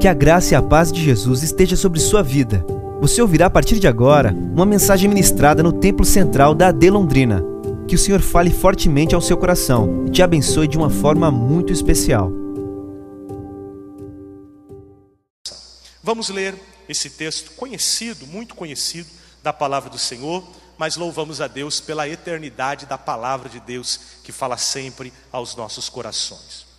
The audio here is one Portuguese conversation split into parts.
Que a graça e a paz de Jesus esteja sobre sua vida. Você ouvirá a partir de agora uma mensagem ministrada no Templo Central da AD Londrina. Que o Senhor fale fortemente ao seu coração e te abençoe de uma forma muito especial. Vamos ler esse texto conhecido, muito conhecido, da palavra do Senhor, mas louvamos a Deus pela eternidade da palavra de Deus que fala sempre aos nossos corações.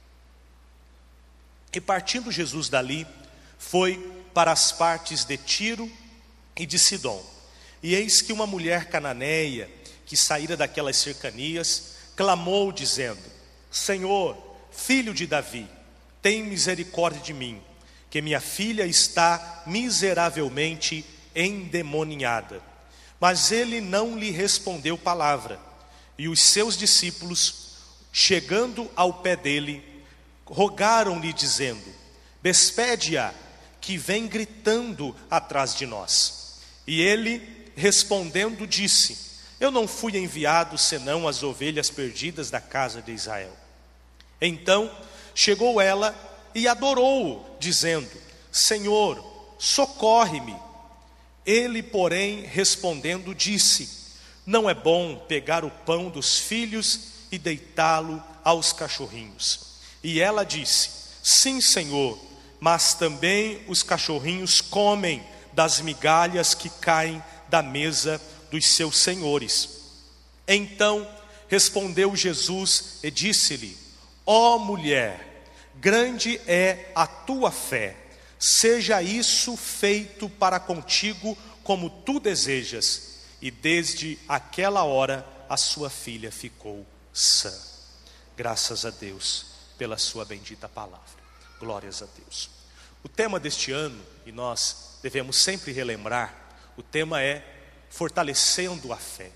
E partindo Jesus dali, foi para as partes de Tiro e de Sidom. E eis que uma mulher cananeia, que saíra daquelas cercanias, clamou dizendo: Senhor, filho de Davi, tem misericórdia de mim, que minha filha está miseravelmente endemoniada. Mas ele não lhe respondeu palavra. E os seus discípulos, chegando ao pé dele, rogaram-lhe dizendo: despede-a, que vem gritando atrás de nós. E ele, respondendo, disse: eu não fui enviado senão as ovelhas perdidas da casa de Israel. Então chegou ela e adorou-o, dizendo: Senhor, socorre-me. Ele, porém, respondendo, disse: não é bom pegar o pão dos filhos e deitá-lo aos cachorrinhos. E ela disse: sim, Senhor, mas também os cachorrinhos comem das migalhas que caem da mesa dos seus senhores. Então respondeu Jesus e disse-lhe: ó mulher, grande é a tua fé, seja isso feito para contigo como tu desejas. E desde aquela hora a sua filha ficou sã. Graças a Deus pela sua bendita palavra. Glórias a Deus. O tema deste ano, e nós devemos sempre relembrar, o tema é fortalecendo a fé.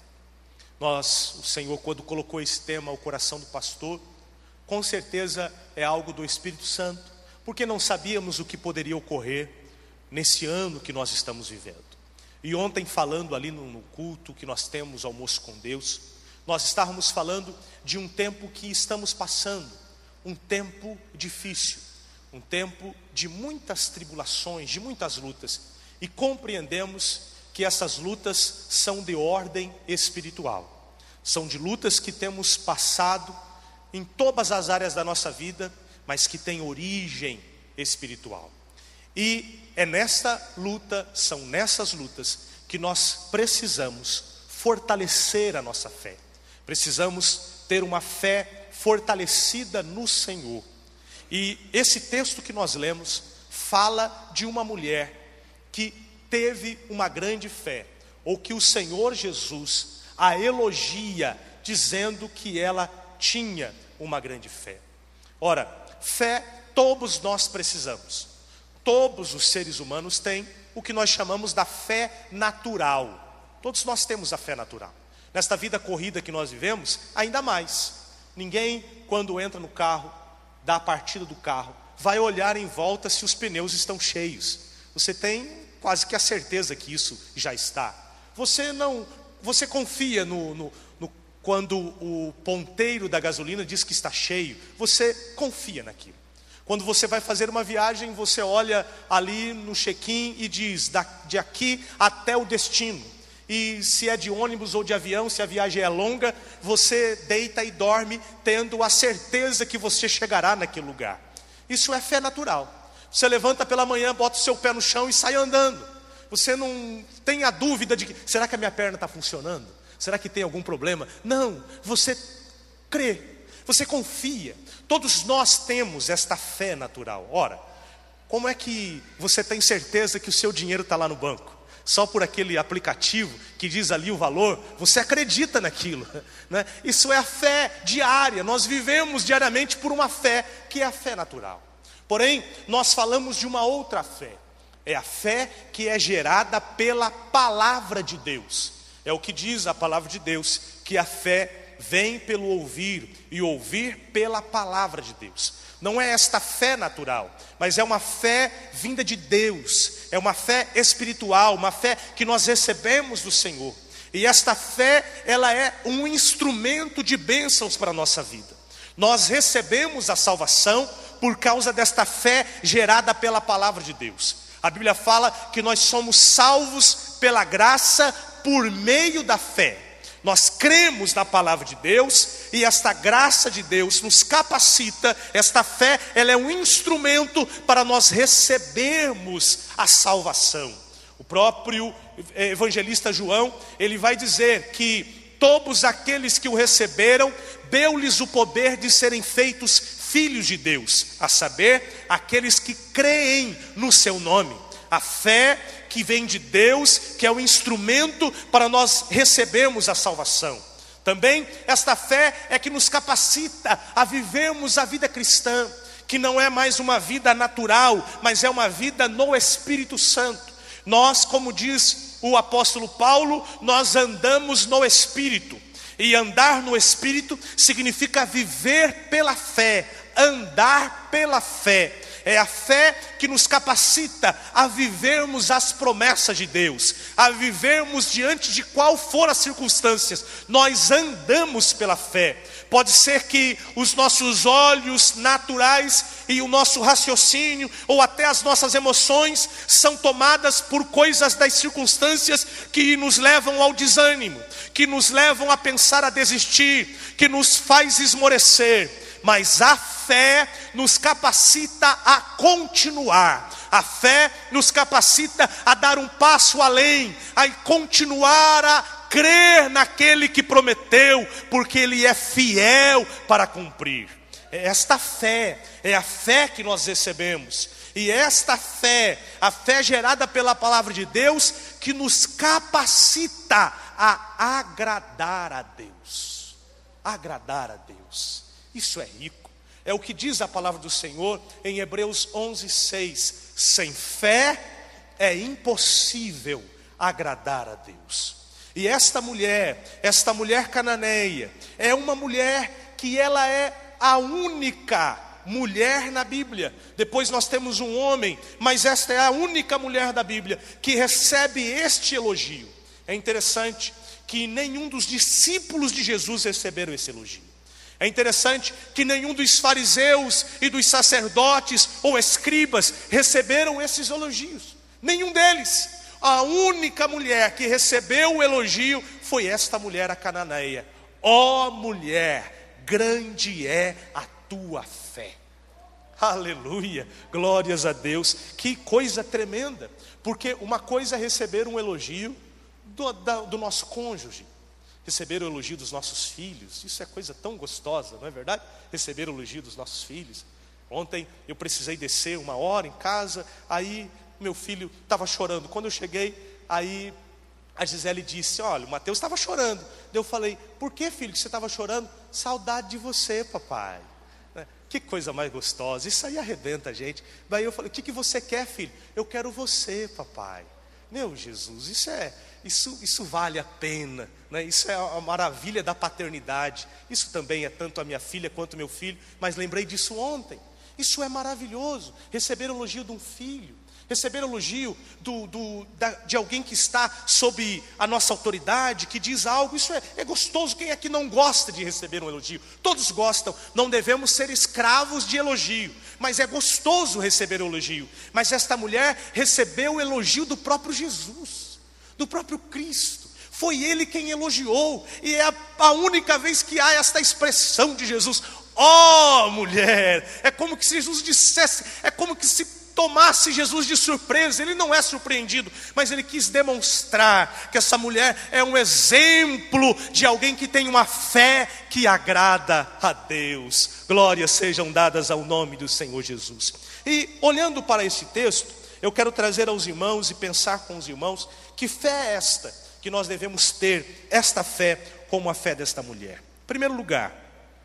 O Senhor, quando colocou esse tema ao coração do pastor, com certeza é algo do Espírito Santo, porque não sabíamos o que poderia ocorrer nesse ano que nós estamos vivendo. E ontem, falando ali no culto que nós temos, almoço com Deus, nós estávamos falando de um tempo que estamos passando, um tempo difícil, um tempo de muitas tribulações, de muitas lutas, e compreendemos que essas lutas são de ordem espiritual, são de lutas que temos passado em todas as áreas da nossa vida, mas que têm origem espiritual. E é nessa luta, são nessas lutas que nós precisamos fortalecer a nossa fé, precisamos ter uma fé fortalecida no Senhor. E esse texto que nós lemos fala de uma mulher que teve uma grande fé, ou que o Senhor Jesus a elogia, dizendo que ela tinha uma grande fé. Ora, fé todos nós precisamos. Todos os seres humanos têm o que nós chamamos da fé natural. Todos nós temos a fé natural. Nesta vida corrida que nós vivemos, ainda mais. Ninguém, quando entra no carro, da partida do carro, vai olhar em volta se os pneus estão cheios. Você tem quase que a certeza que isso já está. Você confia quando o ponteiro da gasolina diz que está cheio, você confia naquilo. Quando você vai fazer uma viagem, você olha ali no check-in e diz: de aqui até o destino. E se é de ônibus ou de avião, se a viagem é longa, você deita e dorme tendo a certeza que você chegará naquele lugar. Isso é fé natural. Você levanta pela manhã, bota o seu pé no chão e sai andando. Você não tem a dúvida de que, será que a minha perna está funcionando? Será que tem algum problema? Não, você crê, você confia. Todos nós temos esta fé natural. Ora, como é que você tem certeza que o seu dinheiro está lá no banco? Só por aquele aplicativo que diz ali o valor, você acredita naquilo, né? Isso é a fé diária. Nós vivemos diariamente por uma fé que é a fé natural. Porém, nós falamos de uma outra fé. É a fé que é gerada pela palavra de Deus. É o que diz a palavra de Deus, que a fé vem pelo ouvir, e ouvir pela palavra de Deus. Não é esta fé natural, mas é uma fé vinda de Deus, é uma fé espiritual, uma fé que nós recebemos do Senhor. E esta fé, ela é um instrumento de bênçãos para a nossa vida. Nós recebemos a salvação por causa desta fé gerada pela palavra de Deus. A Bíblia fala que nós somos salvos pela graça por meio da fé. Nós cremos na palavra de Deus e esta graça de Deus nos capacita. Esta fé, ela é um instrumento para nós recebermos a salvação. O próprio evangelista João, ele vai dizer que todos aqueles que o receberam, deu-lhes o poder de serem feitos filhos de Deus, a saber, aqueles que creem no seu nome. A fé que vem de Deus, que é o instrumento para nós recebermos a salvação. Também esta fé é que nos capacita a vivermos a vida cristã, que não é mais uma vida natural, mas é uma vida no Espírito Santo. Nós, como diz o apóstolo Paulo, nós andamos no Espírito. E andar no Espírito significa viver pela fé, andar pela fé. É a fé que nos capacita a vivermos as promessas de Deus, a vivermos diante de qual for as circunstâncias. Nós andamos pela fé. Pode ser que os nossos olhos naturais e o nosso raciocínio, ou até as nossas emoções, são tomadas por coisas das circunstâncias que nos levam ao desânimo, que nos levam a pensar a desistir, que nos faz esmorecer. Mas a fé nos capacita a continuar. A fé nos capacita a dar um passo além, a continuar a crer naquele que prometeu, porque Ele é fiel para cumprir. Esta fé é a fé que nós recebemos. E esta fé, a fé gerada pela palavra de Deus, que nos capacita a agradar a Deus. Agradar a Deus. Isso é rico. É o que diz a palavra do Senhor em Hebreus 11:6. Sem fé é impossível agradar a Deus. E esta mulher cananeia, é uma mulher que ela é a única mulher na Bíblia. Depois nós temos um homem, mas esta é a única mulher da Bíblia que recebe este elogio. É interessante que nenhum dos discípulos de Jesus receberam esse elogio. É interessante que nenhum dos fariseus e dos sacerdotes ou escribas receberam esses elogios. Nenhum deles. A única mulher que recebeu o elogio foi esta mulher, a cananeia. Ó mulher, grande é a tua fé. Aleluia, glórias a Deus. Que coisa tremenda. Porque uma coisa é receber um elogio do nosso cônjuge, receber o elogio dos nossos filhos. Isso é coisa tão gostosa, não é verdade? Receber o elogio dos nossos filhos. Ontem eu precisei descer 1 hora em casa, aí meu filho estava chorando. Quando eu cheguei, aí a Gisele disse: olha, o Mateus estava chorando. Daí eu falei: por que, filho, que você estava chorando? Saudade de você, papai. Que coisa mais gostosa, isso aí arrebenta a gente. Daí eu falei: o que você quer, filho? Eu quero você, papai. Meu Jesus, isso vale a pena, né? Isso é a maravilha da paternidade. Isso também é tanto a minha filha quanto o meu filho, mas lembrei disso ontem. Isso é maravilhoso, receber o elogio de um filho, receber o elogio de alguém que está sob a nossa autoridade, que diz algo. Isso é gostoso. Quem é que não gosta de receber um elogio? Todos gostam. Não devemos ser escravos de elogio, mas é gostoso receber o elogio. Mas esta mulher recebeu o elogio do próprio Jesus, do próprio Cristo. Foi Ele quem elogiou. E é a única vez que há esta expressão de Jesus: ó mulher. É como que se Jesus dissesse, é como que se tomasse Jesus de surpresa. Ele não é surpreendido, mas ele quis demonstrar que essa mulher é um exemplo de alguém que tem uma fé que agrada a Deus. Glórias sejam dadas ao nome do Senhor Jesus. E olhando para esse texto, eu quero trazer aos irmãos e pensar com os irmãos: que fé é esta que nós devemos ter, esta fé como a fé desta mulher? Em primeiro lugar,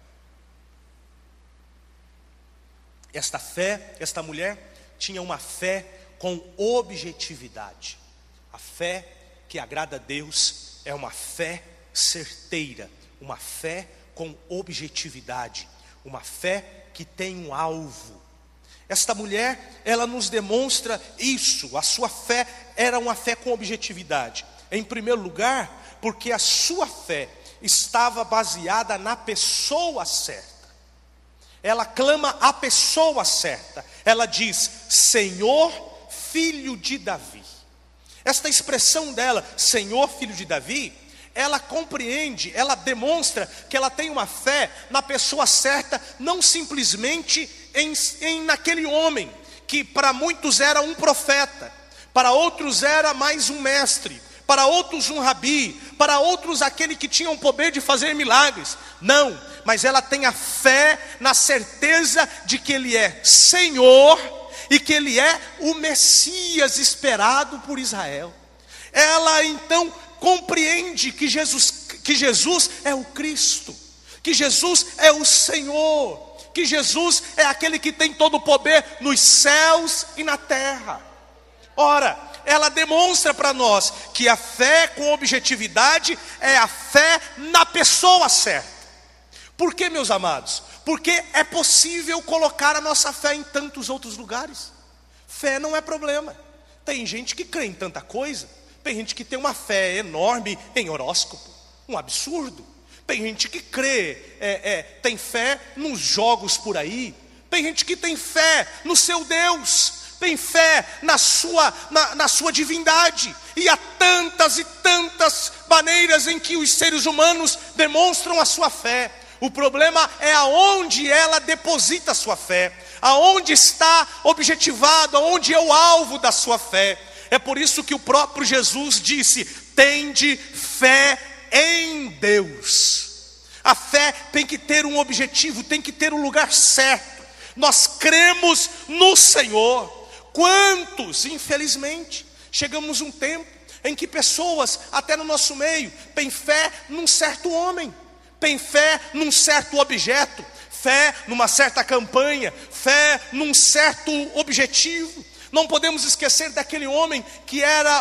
esta mulher tinha uma fé com objetividade. A fé que agrada a Deus é uma fé certeira, uma fé com objetividade, uma fé que tem um alvo. Esta mulher, ela nos demonstra isso. A sua fé era uma fé com objetividade. Em primeiro lugar, porque a sua fé estava baseada na pessoa certa. Ela clama a pessoa certa. Ela diz: Senhor, filho de Davi. Esta expressão dela, Senhor, filho de Davi, ela compreende, ela demonstra que ela tem uma fé na pessoa certa, não simplesmente naquele homem, que para muitos era um profeta, para outros era mais um mestre, para outros um rabi, para outros aquele que tinha o poder de fazer milagres. Não, mas ela tem a fé na certeza de que Ele é Senhor e que Ele é o Messias esperado por Israel. Ela então compreende que Jesus é o Cristo, que Jesus é o Senhor, que Jesus é aquele que tem todo o poder nos céus e na terra. Ora, ela demonstra para nós que a fé com objetividade é a fé na pessoa certa. Por quê, meus amados? Porque é possível colocar a nossa fé em tantos outros lugares. Fé não é problema. Tem gente que crê em tanta coisa. Tem gente que tem uma fé enorme em horóscopo, um absurdo. Tem gente que crê, tem fé nos jogos por aí. Tem gente que tem fé no seu Deus, tem fé na sua divindade. E há tantas e tantas maneiras em que os seres humanos demonstram a sua fé. O problema é aonde ela deposita a sua fé, aonde está objetivado, aonde é o alvo da sua fé. É por isso que o próprio Jesus disse: tende fé em Deus. A fé tem que ter um objetivo, tem que ter um lugar certo. Nós cremos no Senhor. Quantos, infelizmente, chegamos um tempo em que pessoas, até no nosso meio, têm fé num certo homem, têm fé num certo objeto, fé numa certa campanha, fé num certo objetivo. Não podemos esquecer daquele homem que era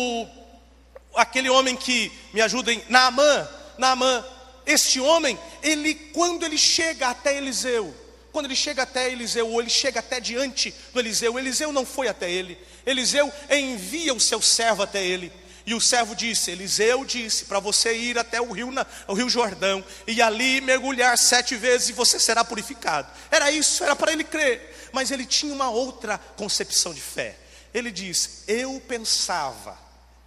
aquele homem que, me ajudem, Naamã. Este homem, quando ele chega até Eliseu, ou ele chega até diante do Eliseu não foi até ele. Eliseu envia o seu servo até ele. E o servo disse, Eliseu disse, para você ir até o rio Jordão, e ali mergulhar 7 vezes e você será purificado. Era isso, era para ele crer. Mas ele tinha uma outra concepção de fé. Ele diz, eu pensava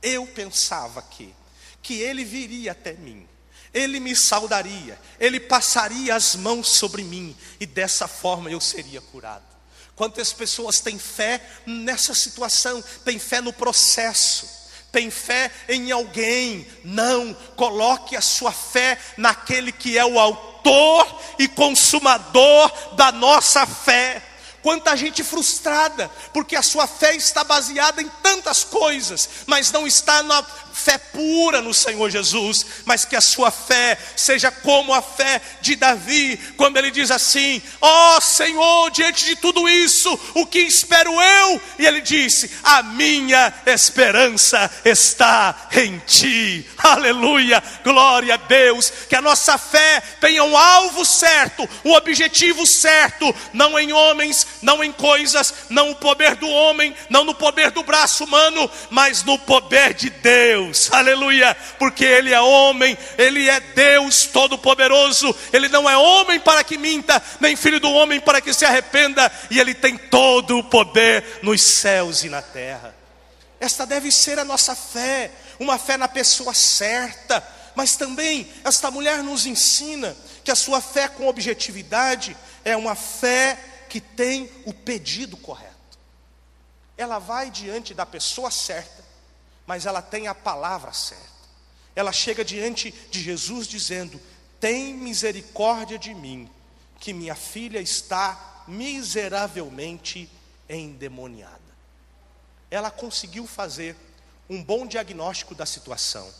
que ele viria até mim, ele me saudaria, ele passaria as mãos sobre mim, e dessa forma eu seria curado. Quantas pessoas têm fé nessa situação, têm fé no processo, tem fé em alguém? Não, coloque a sua fé naquele que é o autor e consumador da nossa fé. Quanta gente frustrada, porque a sua fé está baseada em tantas coisas, mas não está na fé pura no Senhor Jesus. Mas que a sua fé seja como a fé de Davi, quando ele diz assim, ó Senhor, diante de tudo isso, o que espero eu? E ele disse, a minha esperança está em ti. Aleluia, glória a Deus. Que a nossa fé tenha um alvo certo, um objetivo certo, não em homens, não em coisas, não no poder do homem, não no poder do braço humano, mas no poder de Deus. Aleluia, porque Ele é homem, Ele é Deus todo-poderoso. Ele não é homem para que minta, nem filho do homem para que se arrependa. E Ele tem todo o poder nos céus e na terra. Esta deve ser a nossa fé, uma fé na pessoa certa. Mas também esta mulher nos ensina que a sua fé com objetividade é uma fé que tem o pedido correto. Ela vai diante da pessoa certa, mas ela tem a palavra certa. Ela chega diante de Jesus dizendo, tem misericórdia de mim, que minha filha está miseravelmente endemoniada. Ela conseguiu fazer um bom diagnóstico da situação.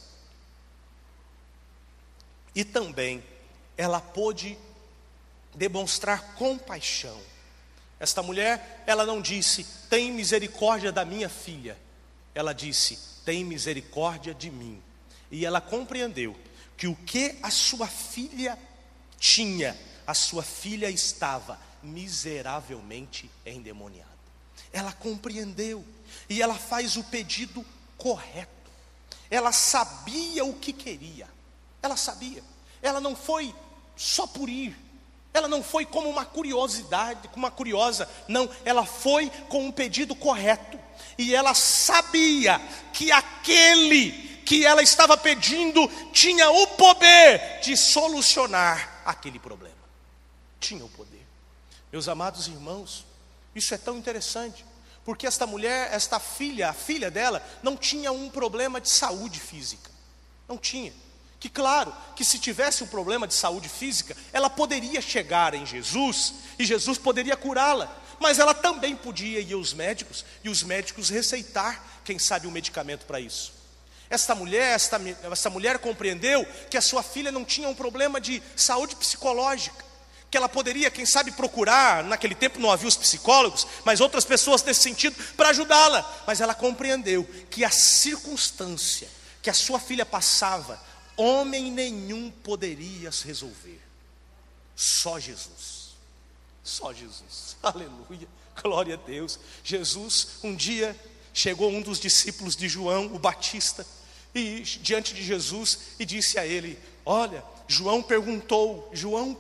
E também ela pôde demonstrar compaixão. Esta mulher, ela não disse, tem misericórdia da minha filha. Ela disse, tem misericórdia de mim. E ela compreendeu que o que a sua filha tinha, a sua filha estava miseravelmente endemoniada. Ela compreendeu e ela faz o pedido correto. Ela sabia o que queria. Ela sabia. Ela não foi só por ir. Ela não foi como uma curiosidade, como uma curiosa, não, ela foi com um pedido correto. E ela sabia que aquele que ela estava pedindo tinha o poder de solucionar aquele problema. Tinha o poder. Meus amados irmãos, isso é tão interessante, porque esta mulher, esta filha, a filha dela, não tinha um problema de saúde física. Não tinha. Que claro, que se tivesse um problema de saúde física, ela poderia chegar em Jesus, e Jesus poderia curá-la. Mas ela também podia ir aos médicos, e os médicos receitar, quem sabe, um medicamento para isso. Esta mulher compreendeu que a sua filha não tinha um problema de saúde psicológica, que ela poderia, quem sabe, procurar. Naquele tempo não havia os psicólogos, mas outras pessoas nesse sentido para ajudá-la. Mas ela compreendeu que a circunstância que a sua filha passava, homem nenhum poderia resolver. Só Jesus. Só Jesus. Aleluia. Glória a Deus. Jesus, um dia, chegou um dos discípulos de João, o Batista, e diante de Jesus, e disse a ele: olha, João perguntou,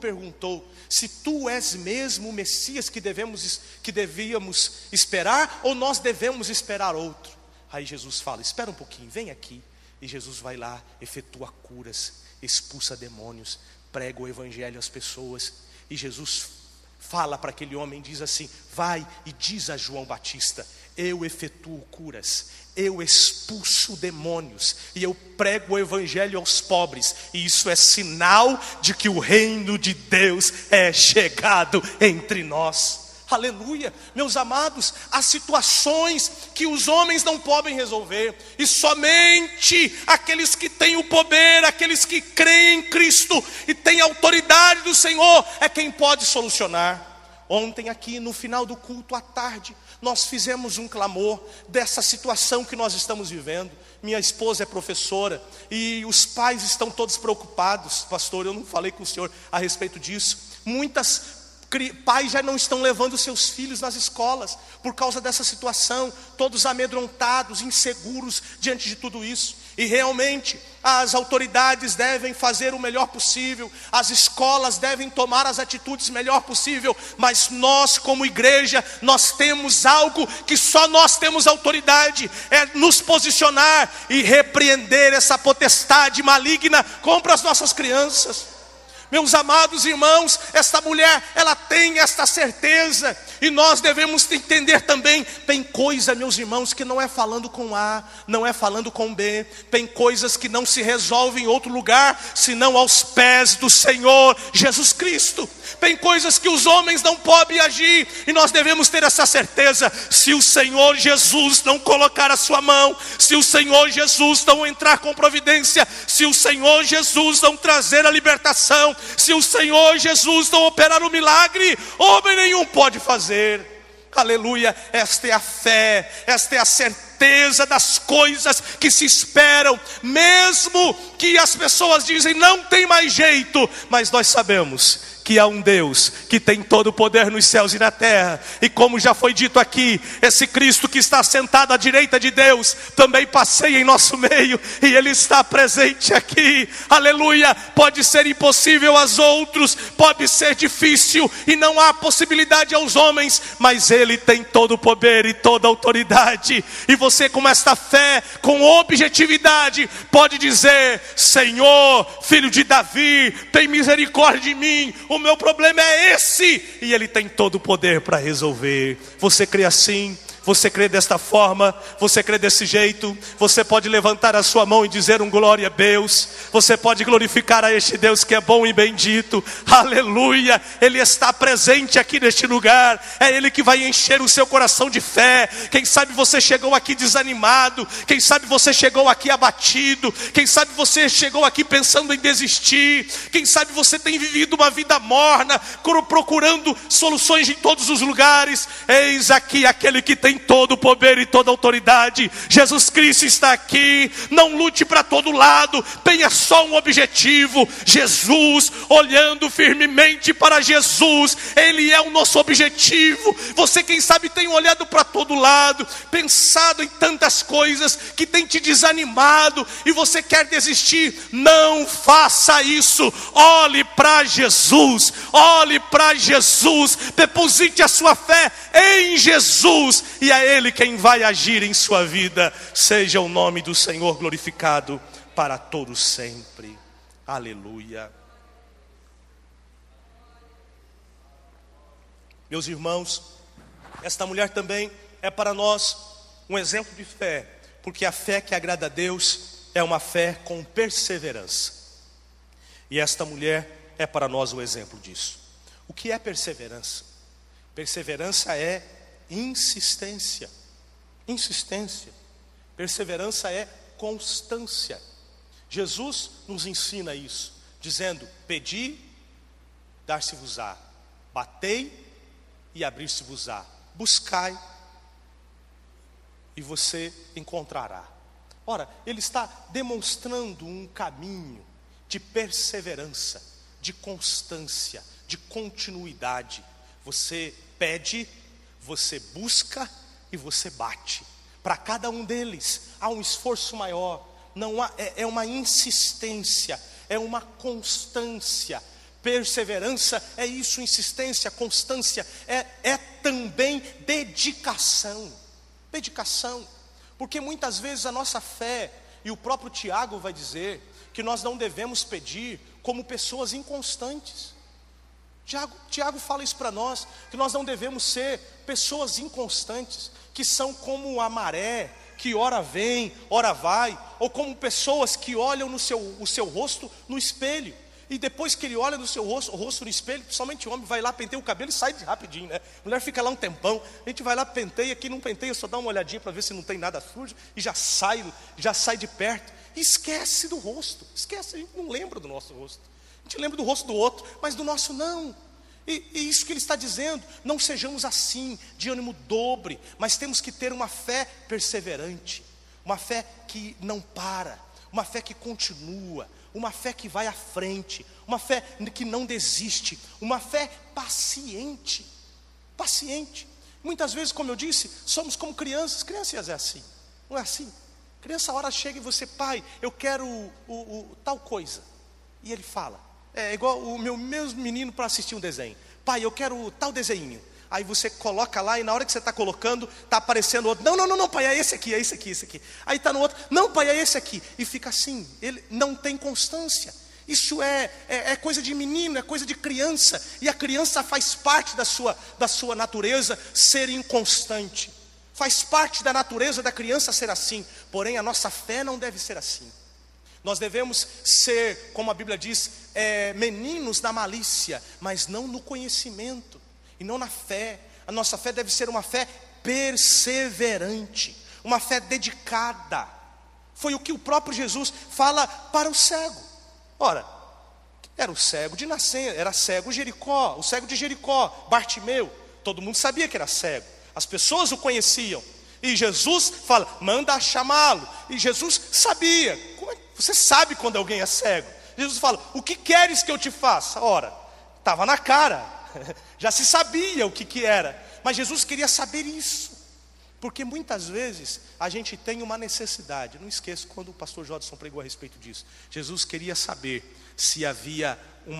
se tu és mesmo o Messias que devíamos esperar, ou nós devemos esperar outro? Aí Jesus fala: espera um pouquinho, vem aqui. E Jesus vai lá, efetua curas, expulsa demônios, prega o evangelho às pessoas. E Jesus fala para aquele homem, diz assim: vai e diz a João Batista: eu efetuo curas, eu expulso demônios, e eu prego o evangelho aos pobres, e isso é sinal de que o reino de Deus é chegado entre nós. Aleluia. Meus amados, há situações que os homens não podem resolver, e somente aqueles que têm o poder, aqueles que creem em Cristo e têm a autoridade do Senhor, é quem pode solucionar. Ontem aqui no final do culto à tarde, nós fizemos um clamor dessa situação que nós estamos vivendo. Minha esposa é professora e os pais estão todos preocupados. Pastor, eu não falei com o senhor a respeito disso. Pais já não estão levando seus filhos nas escolas por causa dessa situação, todos amedrontados, inseguros diante de tudo isso. E realmente as autoridades devem fazer o melhor possível, as escolas devem tomar as atitudes melhor possível, mas nós como igreja, nós temos algo que só nós temos autoridade, é nos posicionar e repreender essa potestade maligna contra as nossas crianças. Meus amados irmãos, esta mulher, ela tem esta certeza, e nós devemos entender também, tem coisa, meus irmãos, que não é falando com A, não é falando com B, tem coisas que não se resolvem em outro lugar, senão aos pés do Senhor Jesus Cristo. Tem coisas que os homens não podem agir, e nós devemos ter essa certeza: se o Senhor Jesus não colocar a sua mão, se o Senhor Jesus não entrar com providência, se o Senhor Jesus não trazer a libertação, se o Senhor Jesus não operar o milagre, homem nenhum pode fazer. Aleluia. Esta é a fé, esta é a certeza das coisas que se esperam, mesmo que as pessoas dizem não tem mais jeito, mas nós sabemos que há um Deus que tem todo o poder nos céus e na terra. E como já foi dito aqui, esse Cristo que está sentado à direita de Deus também passeia em nosso meio, e Ele está presente aqui. Aleluia. Pode ser impossível aos outros, pode ser difícil e não há possibilidade aos homens, mas Ele tem todo o poder e toda a autoridade. E você, com esta fé, com objetividade, pode dizer: Senhor, filho de Davi, tem misericórdia de mim, o meu problema é esse, e Ele tem todo o poder para resolver. Você crê assim? Você crê desta forma? Você crê desse jeito? Você pode levantar a sua mão e dizer um glória a Deus. Você pode glorificar a este Deus que é bom e bendito. Aleluia. Ele está presente aqui neste lugar. É Ele que vai encher o seu coração de fé. Quem sabe você chegou aqui desanimado, quem sabe você chegou aqui abatido, quem sabe você chegou aqui pensando em desistir, quem sabe você tem vivido uma vida morna, procurando soluções em todos os lugares. Eis aqui aquele que tem tem todo o poder e toda a autoridade. Jesus Cristo está aqui. Não lute para todo lado, tenha só um objetivo: Jesus. Olhando firmemente para Jesus, Ele é o nosso objetivo. Você, quem sabe, tem olhado para todo lado, pensado em tantas coisas que tem te desanimado, e você quer desistir. Não faça isso. Olhe para Jesus, olhe para Jesus, deposite a sua fé em Jesus, e é Ele quem vai agir em sua vida. Seja o nome do Senhor glorificado para todos sempre. Aleluia. Meus irmãos, esta mulher também é para nós um exemplo de fé, porque a fé que agrada a Deus é uma fé com perseverança. E esta mulher é para nós o exemplo disso. O que é perseverança? Perseverança é insistência. Insistência. Perseverança é constância. Jesus nos ensina isso, dizendo: pedi, dar-se-vos-á, batei e abrir-se-vos-á, buscai e você encontrará. Ora, Ele está demonstrando um caminho de perseverança, de constância, de continuidade. Você pede, você busca e você bate. Para cada um deles há um esforço maior, não há, é uma insistência, é uma constância. Perseverança é isso, insistência, constância, é também dedicação. Dedicação, porque muitas vezes a nossa fé, e o próprio Tiago vai dizer, que nós não devemos pedir como pessoas inconstantes. Tiago fala isso para nós, que nós não devemos ser pessoas inconstantes, que são como a maré, que ora vem, ora vai, ou como pessoas que olham o seu rosto no espelho, e depois que ele olha no seu rosto no espelho, somente o homem vai lá, penteia o cabelo e sai rapidinho, né? A mulher fica lá um tempão, a gente vai lá, penteia, aqui não penteia, só dá uma olhadinha para ver se não tem nada sujo, e já sai de perto, e esquece do rosto, esquece, a gente não lembra do nosso rosto, a gente lembra do rosto do outro, mas do nosso não. E isso que ele está dizendo, não sejamos assim, de ânimo dobre, mas temos que ter uma fé perseverante, uma fé que não para, uma fé que continua, uma fé que vai à frente, uma fé que não desiste, uma fé paciente. Paciente. Muitas vezes, como eu disse, somos como crianças. Crianças é assim, não é assim? Criança, a hora chega e você: pai, eu quero tal coisa. E ele fala, é igual o meu menino para assistir um desenho: pai, eu quero tal desenho. Aí você coloca lá, e na hora que você está colocando, está aparecendo outro: não, pai, é esse aqui. Aí está no outro: não, pai, é esse aqui. E fica assim, ele não tem constância. Isso é coisa de menino, é coisa de criança. E a criança faz parte da sua natureza ser inconstante. Faz parte da natureza da criança ser assim. Porém, a nossa fé não deve ser assim. Nós devemos ser, como a Bíblia diz, meninos da malícia, mas não no conhecimento e não na fé. A nossa fé deve ser uma fé perseverante, uma fé dedicada. Foi o que o próprio Jesus fala para o cego. Ora, era o cego de nascença, era cego Jericó, o cego de Jericó, Bartimeu. Todo mundo sabia que era cego, as pessoas o conheciam. E Jesus fala: manda chamá-lo. E Jesus sabia. Você sabe quando alguém é cego. Jesus fala: o que queres que eu te faça? Ora, estava na cara. Já se sabia o que era, mas Jesus queria saber isso, porque muitas vezes a gente tem uma necessidade. Não esqueço quando o pastor Jodson pregou a respeito disso. Jesus queria saber se havia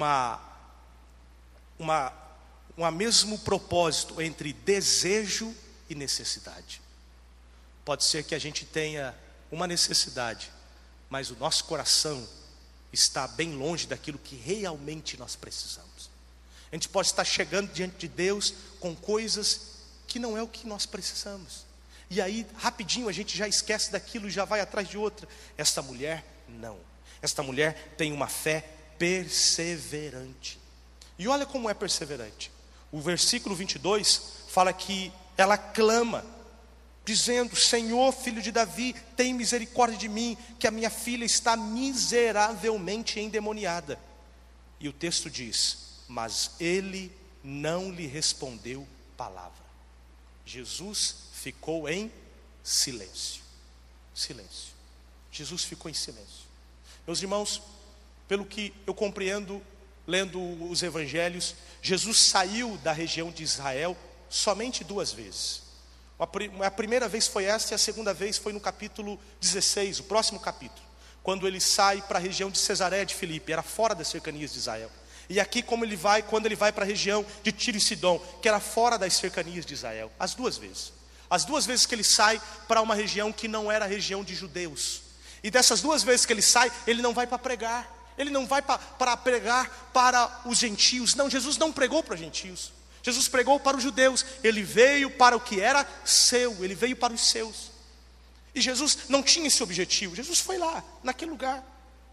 um mesmo propósito entre desejo e necessidade. Pode ser que a gente tenha uma necessidade, mas o nosso coração está bem longe daquilo que realmente nós precisamos. A gente pode estar chegando diante de Deus com coisas que não é o que nós precisamos. E aí, rapidinho, a gente já esquece daquilo e já vai atrás de outra. Esta mulher, não. Esta mulher tem uma fé perseverante. E olha como é perseverante. O versículo 22 fala que ela clama, dizendo: Senhor, filho de Davi, tem misericórdia de mim, que a minha filha está miseravelmente endemoniada. E o texto diz: mas ele não lhe respondeu palavra. Jesus ficou em silêncio. Silêncio. Jesus ficou em silêncio. Meus irmãos, pelo que eu compreendo, lendo os evangelhos, Jesus saiu da região de Israel somente 2 vezes. A primeira vez foi esta e a segunda vez foi no capítulo 16, o próximo capítulo, quando ele sai para a região de Cesareia de Filipe, era fora das cercanias de Israel. E aqui quando ele vai para a região de Tiro e Sidom, que era fora das cercanias de Israel, as 2 vezes. As 2 vezes que ele sai para uma região que não era a região de judeus. E dessas 2 vezes que ele sai, ele não vai para pregar. Ele não vai para pregar para os gentios. Não, Jesus não pregou para os gentios. Jesus pregou para os judeus. Ele veio para o que era seu. Ele veio para os seus. E Jesus não tinha esse objetivo. Jesus foi lá, naquele lugar.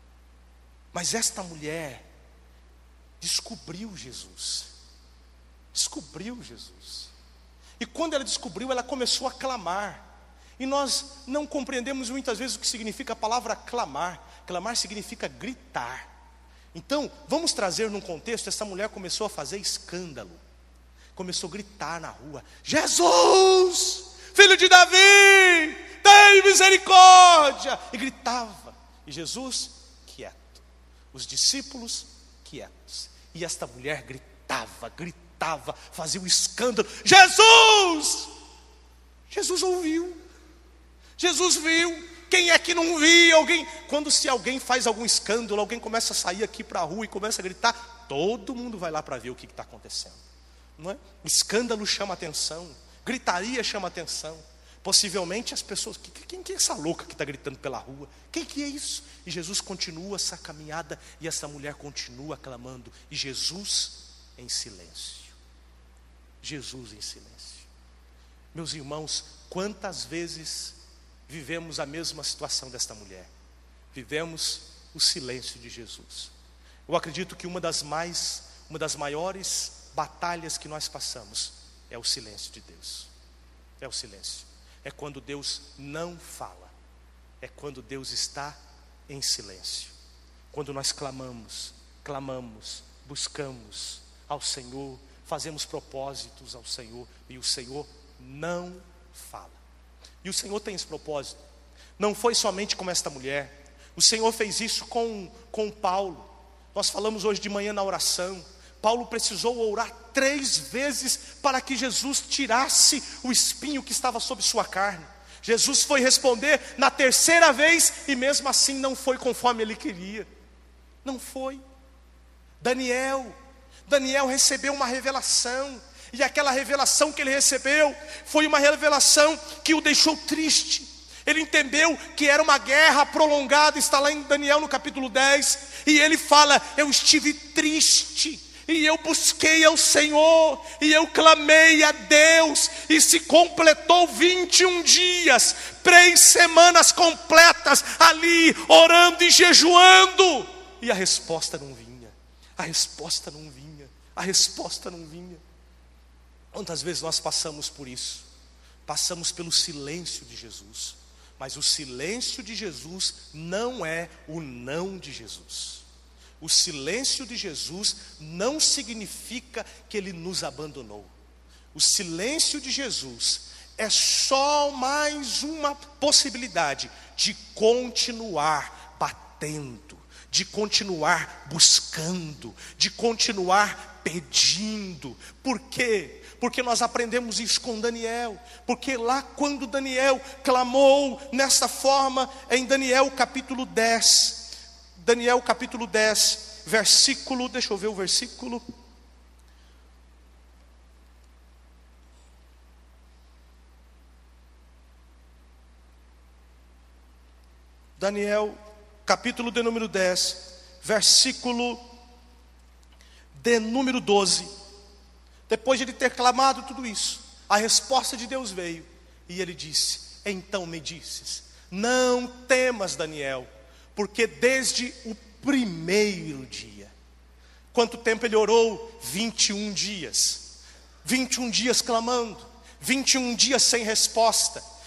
Mas esta mulher descobriu Jesus. Descobriu Jesus. E quando ela descobriu, ela começou a clamar. E nós não compreendemos muitas vezes o que significa a palavra clamar. Clamar significa gritar. Então, vamos trazer num contexto, essa mulher começou a fazer escândalo. Começou a gritar na rua: Jesus, filho de Davi, tem misericórdia. E gritava. E Jesus, quieto. Os discípulos, quietos. E esta mulher gritava, fazia um escândalo. Jesus! Jesus ouviu. Jesus viu. Quem é que não viu? Quando se alguém faz algum escândalo, alguém começa a sair aqui para a rua e começa a gritar, todo mundo vai lá para ver o que está acontecendo, não é? Escândalo chama atenção, gritaria chama atenção. Possivelmente as pessoas, quem é essa louca que está gritando pela rua? Quem que é isso? E Jesus continua essa caminhada e essa mulher continua clamando. E Jesus em silêncio. Jesus em silêncio. Meus irmãos, quantas vezes vivemos a mesma situação desta mulher? Vivemos o silêncio de Jesus. Eu acredito que uma das maiores batalhas que nós passamos é o silêncio de Deus. É o silêncio. É quando Deus não fala. É quando Deus está em silêncio. Quando nós clamamos, buscamos ao Senhor, fazemos propósitos ao Senhor e o Senhor não fala. E o Senhor tem esse propósito. Não foi somente com esta mulher. O Senhor fez isso com Paulo. Nós falamos hoje de manhã na oração. Paulo precisou orar 3 vezes para que Jesus tirasse o espinho que estava sobre sua carne. Jesus foi responder na 3ª vez e mesmo assim não foi conforme ele queria. Não foi. Daniel recebeu uma revelação. E aquela revelação que ele recebeu foi uma revelação que o deixou triste. Ele entendeu que era uma guerra prolongada. Está lá em Daniel no capítulo 10. E ele fala: eu estive triste, e eu busquei ao Senhor, e eu clamei a Deus, e se completou 21 dias, 3 semanas completas ali, orando e jejuando, e a resposta não vinha. A resposta não vinha. A resposta não vinha. Quantas vezes nós passamos por isso? Passamos pelo silêncio de Jesus. Mas o silêncio de Jesus não é o não de Jesus. O silêncio de Jesus não significa que Ele nos abandonou. O silêncio de Jesus é só mais uma possibilidade de continuar batendo, de continuar buscando, de continuar pedindo. Por quê? Porque nós aprendemos isso com Daniel. Porque lá quando Daniel clamou nessa forma, em Daniel capítulo 10, versículo, deixa eu ver o versículo. Daniel, capítulo de número 10, versículo de número 12. Depois de ele ter clamado tudo isso, a resposta de Deus veio. E ele disse: então me disses, não temas, Daniel, porque desde o primeiro dia. Quanto tempo ele orou? 21 dias. 21 dias clamando, 21 dias sem resposta,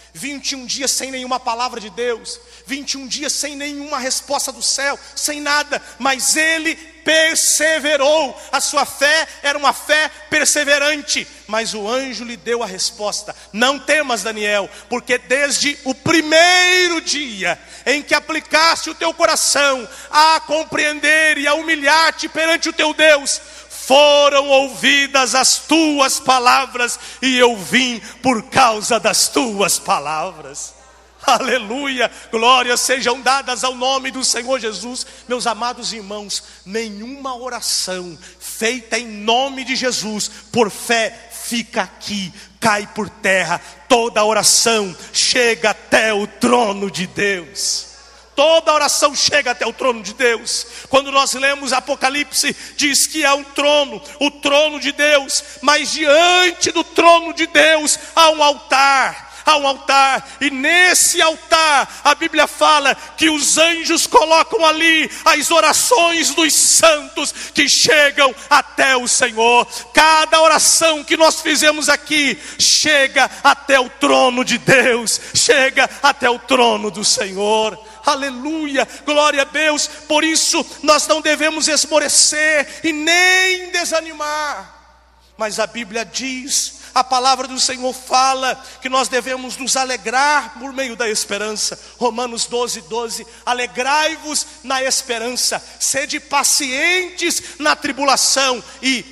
21 dias sem nenhuma palavra de Deus, 21 dias sem nenhuma resposta do céu, sem nada, mas ele perseverou. A sua fé era uma fé perseverante, mas o anjo lhe deu a resposta: não temas, Daniel, porque desde o primeiro dia em que aplicaste o teu coração a compreender e a humilhar-te perante o teu Deus, foram ouvidas as tuas palavras, e eu vim por causa das tuas palavras. Aleluia, glórias sejam dadas ao nome do Senhor Jesus. Meus amados irmãos, nenhuma oração feita em nome de Jesus por fé fica aqui, cai por terra. Toda oração chega até o trono de Deus. Toda oração chega até o trono de Deus. Quando nós lemos Apocalipse, diz que há um trono, o trono de Deus, mas diante do trono de Deus há um altar. Há um altar, e nesse altar a Bíblia fala que os anjos colocam ali as orações dos santos que chegam até o Senhor. Cada oração que nós fizemos aqui chega até o trono de Deus, chega até o trono do Senhor. Aleluia, glória a Deus. Por isso nós não devemos esmorecer e nem desanimar, mas a Bíblia diz, a palavra do Senhor fala que nós devemos nos alegrar por meio da esperança. Romanos 12:12, alegrai-vos na esperança, sede pacientes na tribulação e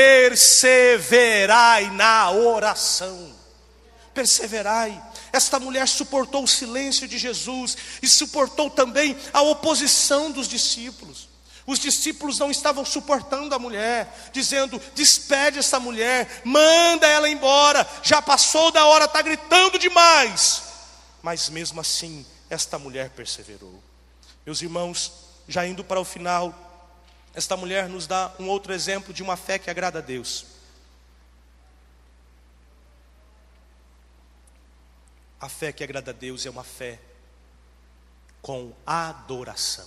perseverai na oração. Perseverai. Esta mulher suportou o silêncio de Jesus e suportou também a oposição dos discípulos. Os discípulos não estavam suportando a mulher, dizendo: despede essa mulher, manda ela embora, já passou da hora, está gritando demais. Mas mesmo assim, esta mulher perseverou. Meus irmãos, já indo para o final, esta mulher nos dá um outro exemplo de uma fé que agrada a Deus. A fé que agrada a Deus é uma fé com adoração.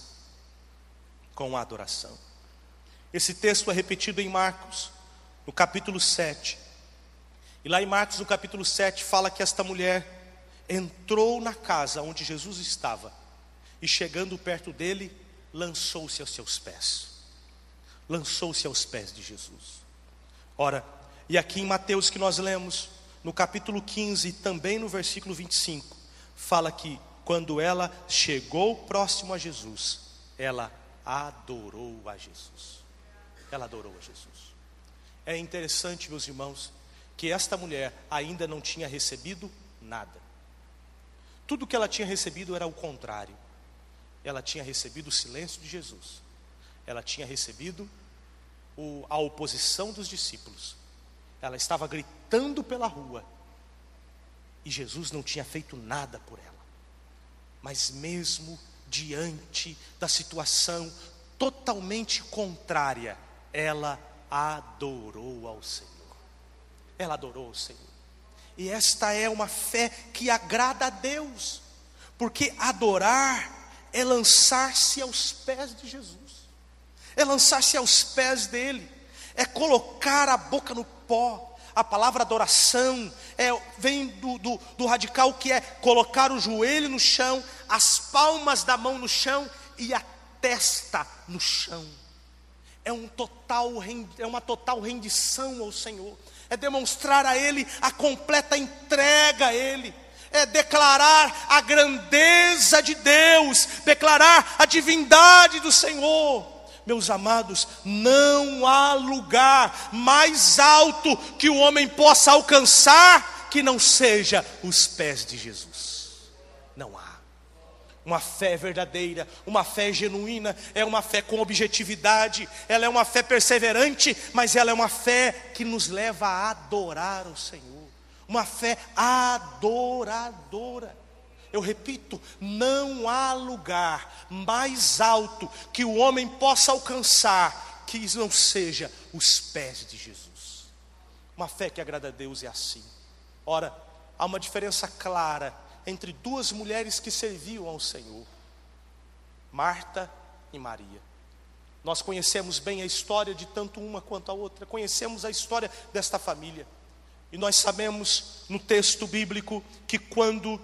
Com adoração. Esse texto é repetido em Marcos, no capítulo 7. E lá em Marcos, no capítulo 7, fala que esta mulher entrou na casa onde Jesus estava, e chegando perto dele, lançou-se aos seus pés. Lançou-se aos pés de Jesus. Ora, e aqui em Mateus que nós lemos, no capítulo 15, e também no versículo 25, fala que quando ela chegou próximo a Jesus, ela adorou a Jesus. Ela adorou a Jesus. É interessante, meus irmãos, que esta mulher ainda não tinha recebido nada. Tudo que ela tinha recebido era o contrário. Ela tinha recebido o silêncio de Jesus. Ela tinha recebido a oposição dos discípulos. Ela estava gritando pela rua e Jesus não tinha feito nada por ela. Mas mesmo diante da situação totalmente contrária, ela adorou ao Senhor. Ela adorou ao Senhor. E esta é uma fé que agrada a Deus, porque adorar é lançar-se aos pés de Jesus, é lançar-se aos pés dele, é colocar a boca no pó. A palavra adoração vem do radical, que é colocar o joelho no chão, as palmas da mão no chão e a testa no chão. É uma total rendição ao Senhor. É demonstrar a Ele a completa entrega a Ele. É declarar a grandeza de Deus, declarar a divindade do Senhor. Meus amados, não há lugar mais alto que o homem possa alcançar que não seja os pés de Jesus. Não há. Uma fé verdadeira, uma fé genuína, é uma fé com objetividade, ela é uma fé perseverante, mas ela é uma fé que nos leva a adorar o Senhor. Uma fé adoradora. Eu repito, não há lugar mais alto que o homem possa alcançar que não seja os pés de Jesus. Uma fé que agrada a Deus é assim. Ora, há uma diferença clara entre duas mulheres que serviam ao Senhor, Marta e Maria. Nós conhecemos bem a história de tanto uma quanto a outra, conhecemos a história desta família. E nós sabemos no texto bíblico que quando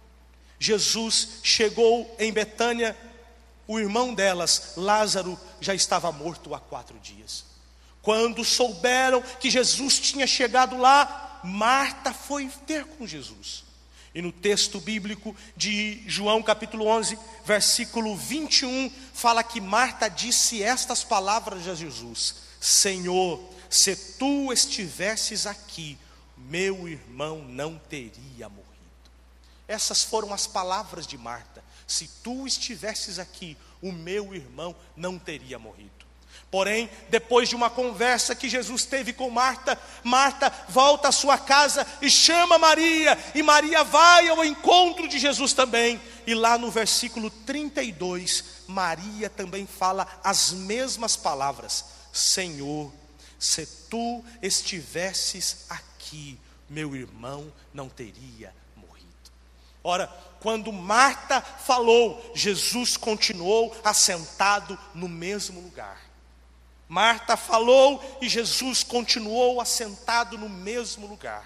Jesus chegou em Betânia, o irmão delas, Lázaro, já estava morto há 4 dias. Quando souberam que Jesus tinha chegado lá, Marta foi ter com Jesus. E no texto bíblico de João capítulo 11, versículo 21, fala que Marta disse estas palavras a Jesus: Senhor, se tu estivesses aqui, meu irmão não teria morrido. Essas foram as palavras de Marta: se tu estivesses aqui, o meu irmão não teria morrido. Porém, depois de uma conversa que Jesus teve com Marta, Marta volta à sua casa e chama Maria, e Maria vai ao encontro de Jesus também. E lá no versículo 32, Maria também fala as mesmas palavras: Senhor, se tu estivesses aqui, meu irmão não teria morrido. Ora, quando Marta falou, Jesus continuou assentado no mesmo lugar. Marta falou e Jesus continuou assentado no mesmo lugar.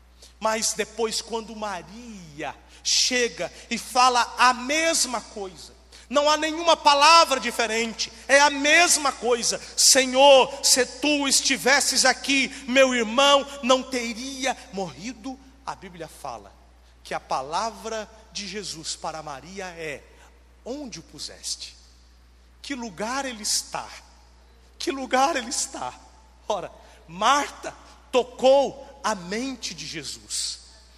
Mas depois, quando Maria chega e fala a mesma coisa, não há nenhuma palavra diferente, é a mesma coisa: Senhor, se tu estivesses aqui, meu irmão não teria morrido. A Bíblia fala que a palavra de Jesus para Maria é: onde o puseste? Que lugar ele está? Que lugar ele está? Ora, Marta tocou a mente de Jesus,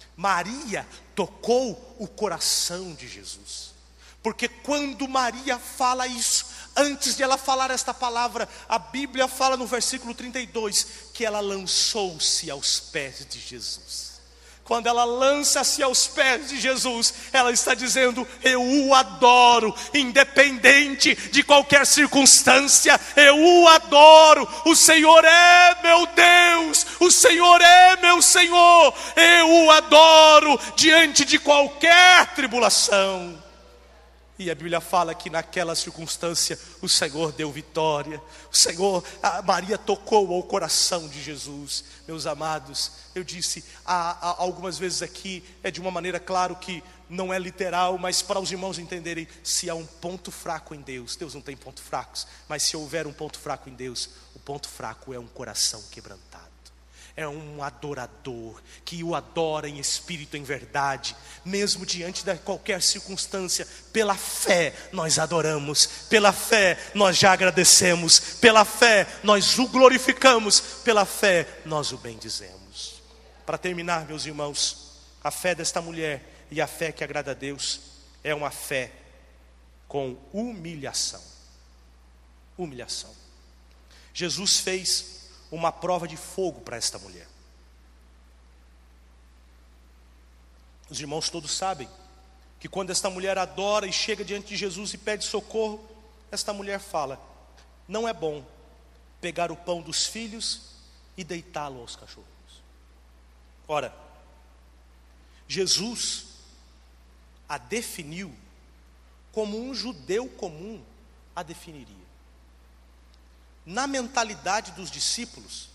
Maria tocou o coração de Jesus. Porque quando Maria fala isso, antes de ela falar esta palavra, a Bíblia fala no versículo 32, que ela lançou-se aos pés de Jesus. Quando ela lança-se aos pés de Jesus, ela está dizendo: eu o adoro, independente de qualquer circunstância, eu o adoro, o Senhor é meu Deus, o Senhor é meu Senhor, eu o adoro diante de qualquer tribulação. E a Bíblia fala que naquela circunstância o Senhor deu vitória. O Senhor, Maria tocou ao coração de Jesus. Meus amados, eu disse algumas vezes aqui, é de uma maneira, claro que não é literal, mas para os irmãos entenderem, se há um ponto fraco em Deus, Deus não tem pontos fracos, mas se houver um ponto fraco em Deus, o ponto fraco é um coração quebrantado. É um adorador, que o adora em espírito, em verdade, mesmo diante de qualquer circunstância. Pela fé nós adoramos, pela fé nós já agradecemos, pela fé nós o glorificamos, pela fé nós o bendizemos. Para terminar, meus irmãos, a fé desta mulher e a fé que agrada a Deus é uma fé com humilhação. Humilhação. Jesus fez uma prova de fogo para esta mulher. Os irmãos todos sabem que quando esta mulher adora e chega diante de Jesus e pede socorro, esta mulher fala: não é bom pegar o pão dos filhos e deitá-lo aos cachorros. Ora, Jesus a definiu como um judeu comum a definiria. Na mentalidade dos discípulos,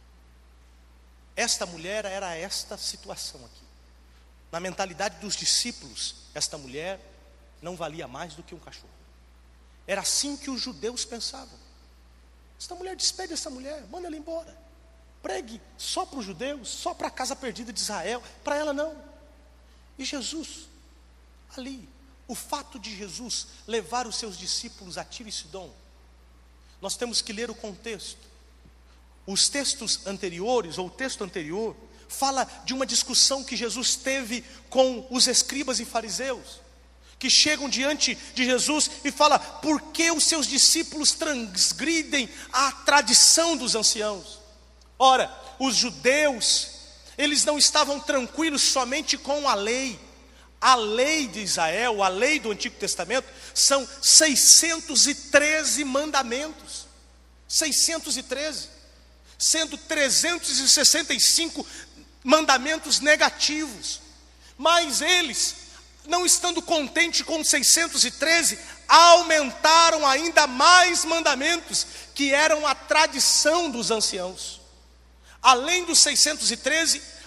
esta mulher era esta situação aqui. Na mentalidade dos discípulos, esta mulher não valia mais do que um cachorro. Era assim que os judeus pensavam. Esta mulher, despede essa mulher, manda ela embora. Pregue só para os judeus, só para a casa perdida de Israel, para ela não. E Jesus, ali, o fato de Jesus levar os seus discípulos a Tiro e Sidom, nós temos que ler o contexto. Os textos anteriores, ou o texto anterior, fala de uma discussão que Jesus teve com os escribas e fariseus, que chegam diante de Jesus e falam: por que os seus discípulos transgridem a tradição dos anciãos? Ora, os judeus, eles não estavam tranquilos somente com a lei. A lei de Israel, a lei do Antigo Testamento, são 613 mandamentos. 613, sendo 365 mandamentos negativos. Mas eles, não estando contentes com 613, aumentaram ainda mais mandamentos, que eram a tradição dos anciãos. Além dos 613,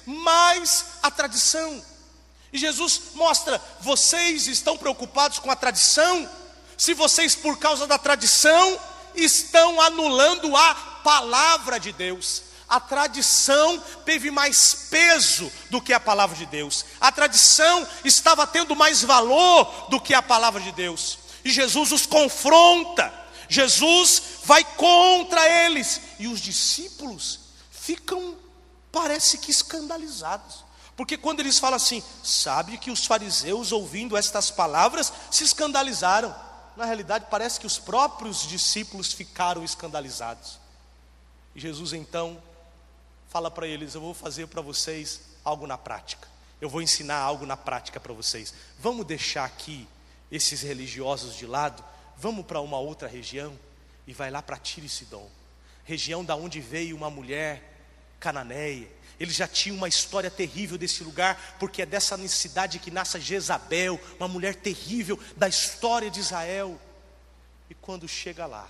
mais a tradição. E Jesus mostra: vocês estão preocupados com a tradição? Se vocês, por causa da tradição, estão anulando a palavra de Deus. A tradição teve mais peso do que a palavra de Deus. A tradição estava tendo mais valor do que a palavra de Deus. E Jesus os confronta. Jesus vai contra eles. E os discípulos ficam, parece que escandalizados. Porque quando eles falam assim: sabe que os fariseus, ouvindo estas palavras, se escandalizaram. Na realidade, parece que os próprios discípulos ficaram escandalizados. E Jesus então fala para eles: eu vou fazer para vocês algo na prática. Eu vou ensinar algo na prática para vocês. Vamos deixar aqui esses religiosos de lado. Vamos para uma outra região. E vai lá para Tiro e Sidom, região da onde veio uma mulher cananeia. Eles já tinham uma história terrível desse lugar, porque é dessa cidade que nasce Jezabel, uma mulher terrível da história de Israel. E quando chega lá,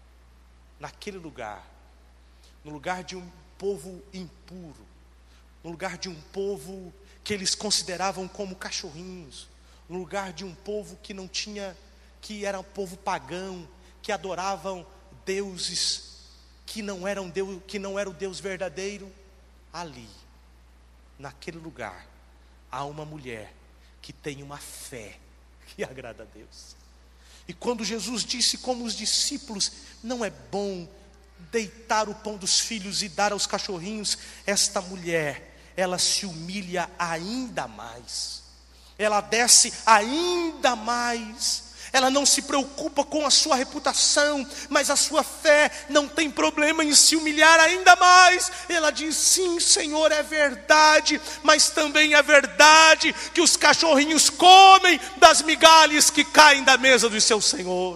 naquele lugar, no lugar de um povo impuro, no lugar de um povo que eles consideravam como cachorrinhos, no lugar de um povo que não tinha, que era um povo pagão, que adoravam deuses que não eram Deus, que não era o Deus verdadeiro. Ali, naquele lugar, há uma mulher que tem uma fé que agrada a Deus. E quando Jesus disse como os discípulos: não é bom deitar o pão dos filhos e dar aos cachorrinhos, esta mulher, ela se humilha ainda mais, ela desce ainda mais. Ela não se preocupa com a sua reputação, mas a sua fé não tem problema em se humilhar ainda mais. Ela diz: sim, Senhor, é verdade, mas também é verdade que os cachorrinhos comem das migalhas que caem da mesa do seu Senhor.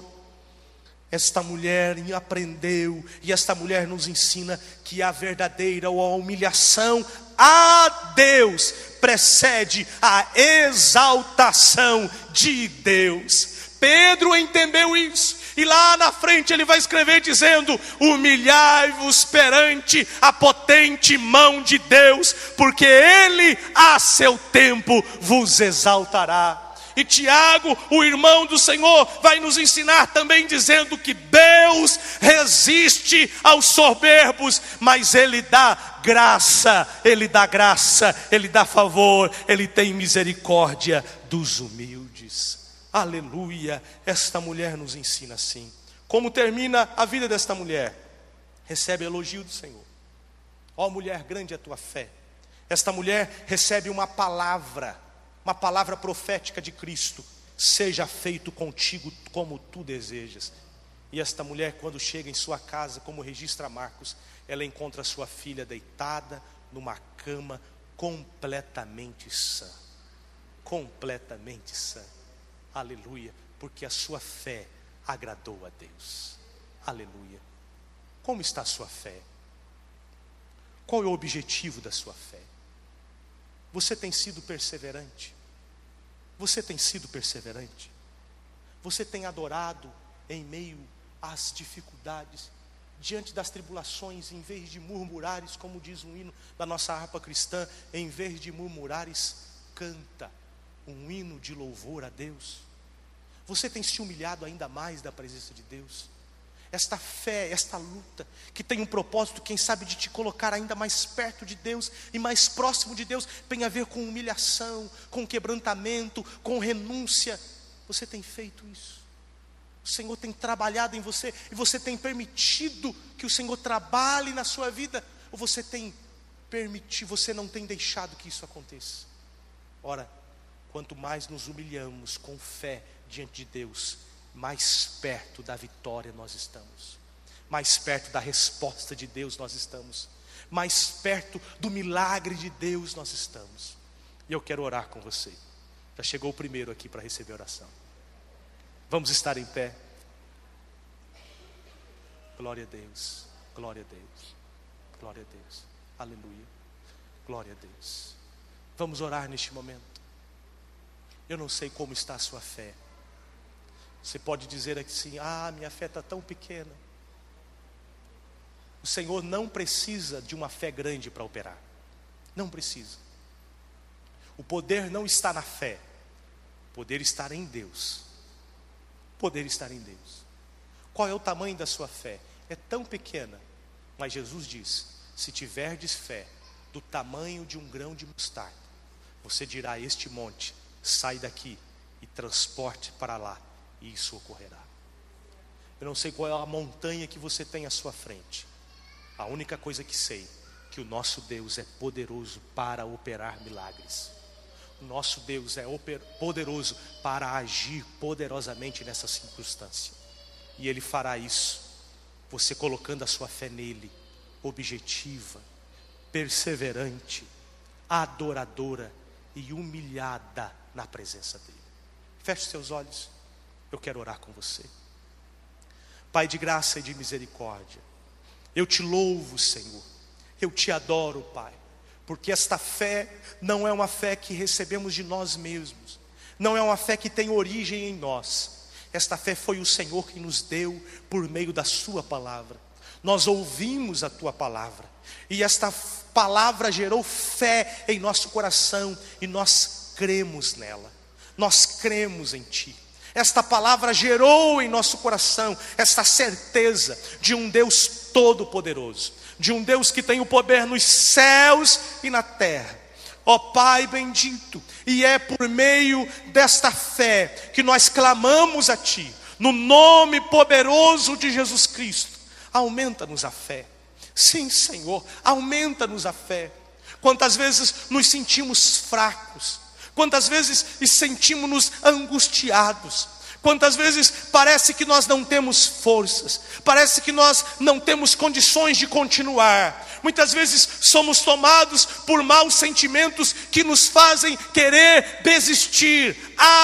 Esta mulher aprendeu, e esta mulher nos ensina que a verdadeira ou a humilhação a Deus precede a exaltação de Deus. Pedro entendeu isso, e lá na frente ele vai escrever dizendo: humilhai-vos perante a potente mão de Deus, porque Ele a seu tempo vos exaltará. E Tiago, o irmão do Senhor, vai nos ensinar também dizendo que Deus resiste aos soberbos, mas Ele dá graça, Ele dá favor, Ele tem misericórdia dos humildes. Aleluia, esta mulher nos ensina assim. Como termina a vida desta mulher? Recebe elogio do Senhor. Ó mulher, grande é a tua fé. Esta mulher recebe uma palavra profética de Cristo: seja feito contigo como tu desejas. E esta mulher, quando chega em sua casa, como registra Marcos, ela encontra sua filha deitada numa cama completamente sã. Completamente sã. Aleluia, porque a sua fé agradou a Deus. Aleluia. Como está a sua fé? Qual é o objetivo da sua fé? Você tem sido perseverante? Você tem sido perseverante? Você tem adorado em meio às dificuldades, diante das tribulações, em vez de murmurares, como diz um hino da nossa harpa cristã, em vez de murmurares, canta um hino de louvor a Deus? Você tem se humilhado ainda mais da presença de Deus? Esta fé, esta luta, que tem um propósito, quem sabe, de te colocar ainda mais perto de Deus e mais próximo de Deus, tem a ver com humilhação, com quebrantamento, com renúncia. Você tem feito isso? O Senhor tem trabalhado em você, e você tem permitido que o Senhor trabalhe na sua vida? Ou você tem permitido, você não tem deixado que isso aconteça? Ora, quanto mais nos humilhamos com fé diante de Deus, mais perto da vitória nós estamos, mais perto da resposta de Deus nós estamos, mais perto do milagre de Deus nós estamos. E eu quero orar com você. Já chegou o primeiro aqui para receber oração. Vamos estar em pé. Glória a Deus, glória a Deus, glória a Deus, aleluia, glória a Deus. Vamos orar neste momento. Eu não sei como está a sua fé. Você pode dizer assim: minha fé está tão pequena. O Senhor não precisa de uma fé grande para operar. Não precisa. O poder não está na fé. O poder está em Deus. O poder está em Deus. Qual é o tamanho da sua fé? É tão pequena, mas Jesus diz: se tiverdes fé do tamanho de um grão de mostarda, você dirá a este monte: sai daqui e transporte para lá, e isso ocorrerá. Eu não sei qual é a montanha que você tem à sua frente. A única coisa que sei é que o nosso Deus é poderoso para operar milagres. O nosso Deus é poderoso para agir poderosamente nessa circunstância. E Ele fará isso, você colocando a sua fé nele, objetiva, perseverante, adoradora e humilhada na presença dele. Feche seus olhos, eu quero orar com você. Pai de graça e de misericórdia, eu te louvo, Senhor, eu te adoro, Pai, porque esta fé não é uma fé que recebemos de nós mesmos, não é uma fé que tem origem em nós. Esta fé foi o Senhor que nos deu por meio da sua palavra. Nós ouvimos a tua palavra, e esta palavra gerou fé em nosso coração, e nós cremos nela, nós cremos em ti. Esta palavra gerou em nosso coração esta certeza de um Deus todo-poderoso, de um Deus que tem o poder nos céus e na terra. Ó Pai bendito, e é por meio desta fé que nós clamamos a ti, no nome poderoso de Jesus Cristo. Aumenta-nos a fé. Sim, Senhor, aumenta-nos a fé. Quantas vezes nos sentimos fracos, quantas vezes sentimos-nos angustiados, quantas vezes parece que nós não temos forças, parece que nós não temos condições de continuar. Muitas vezes somos tomados por maus sentimentos que nos fazem querer desistir,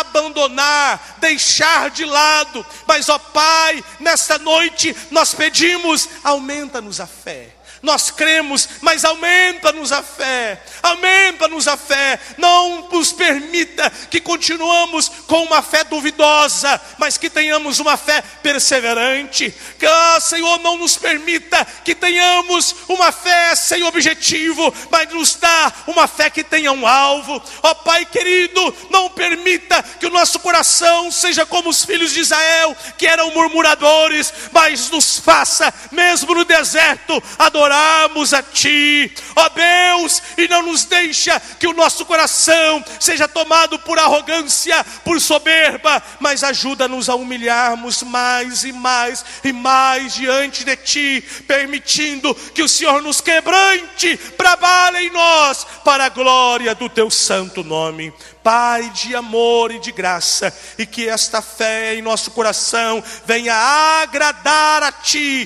abandonar, deixar de lado. Mas, ó Pai, nesta noite nós pedimos: aumenta-nos a fé. Nós cremos, mas aumenta-nos a fé, aumenta-nos a fé. Não nos permita que continuamos com uma fé duvidosa, mas que tenhamos uma fé perseverante. Senhor, não nos permita que tenhamos uma fé sem objetivo, mas nos dá uma fé que tenha um alvo. Ó Pai querido, não permita que o nosso coração seja como os filhos de Israel, que eram murmuradores, mas nos faça, mesmo no deserto, adorar a ti, ó Deus, e não nos deixa que o nosso coração seja tomado por arrogância, por soberba, mas ajuda-nos a humilharmos mais e mais e mais diante de ti, permitindo que o Senhor nos quebrante, trabalhe em nós para a glória do teu santo nome. Pai de amor e de graça, e que esta fé em nosso coração venha agradar a ti,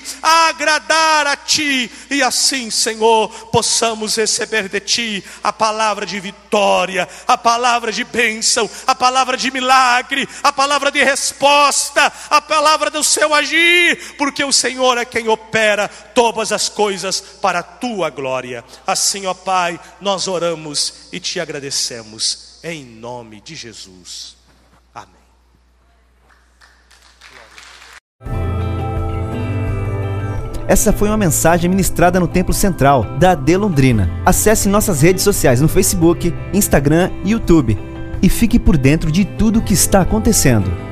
e assim, Senhor, possamos receber de ti a palavra de vitória, a palavra de bênção, a palavra de milagre, a palavra de resposta, a palavra do seu agir, porque o Senhor é quem opera todas as coisas para a tua glória. Assim, ó Pai, nós oramos e te agradecemos. Em nome de Jesus. Amém. Essa foi uma mensagem ministrada no Templo Central da AD Londrina. Acesse nossas redes sociais no Facebook, Instagram e YouTube. E fique por dentro de tudo o que está acontecendo.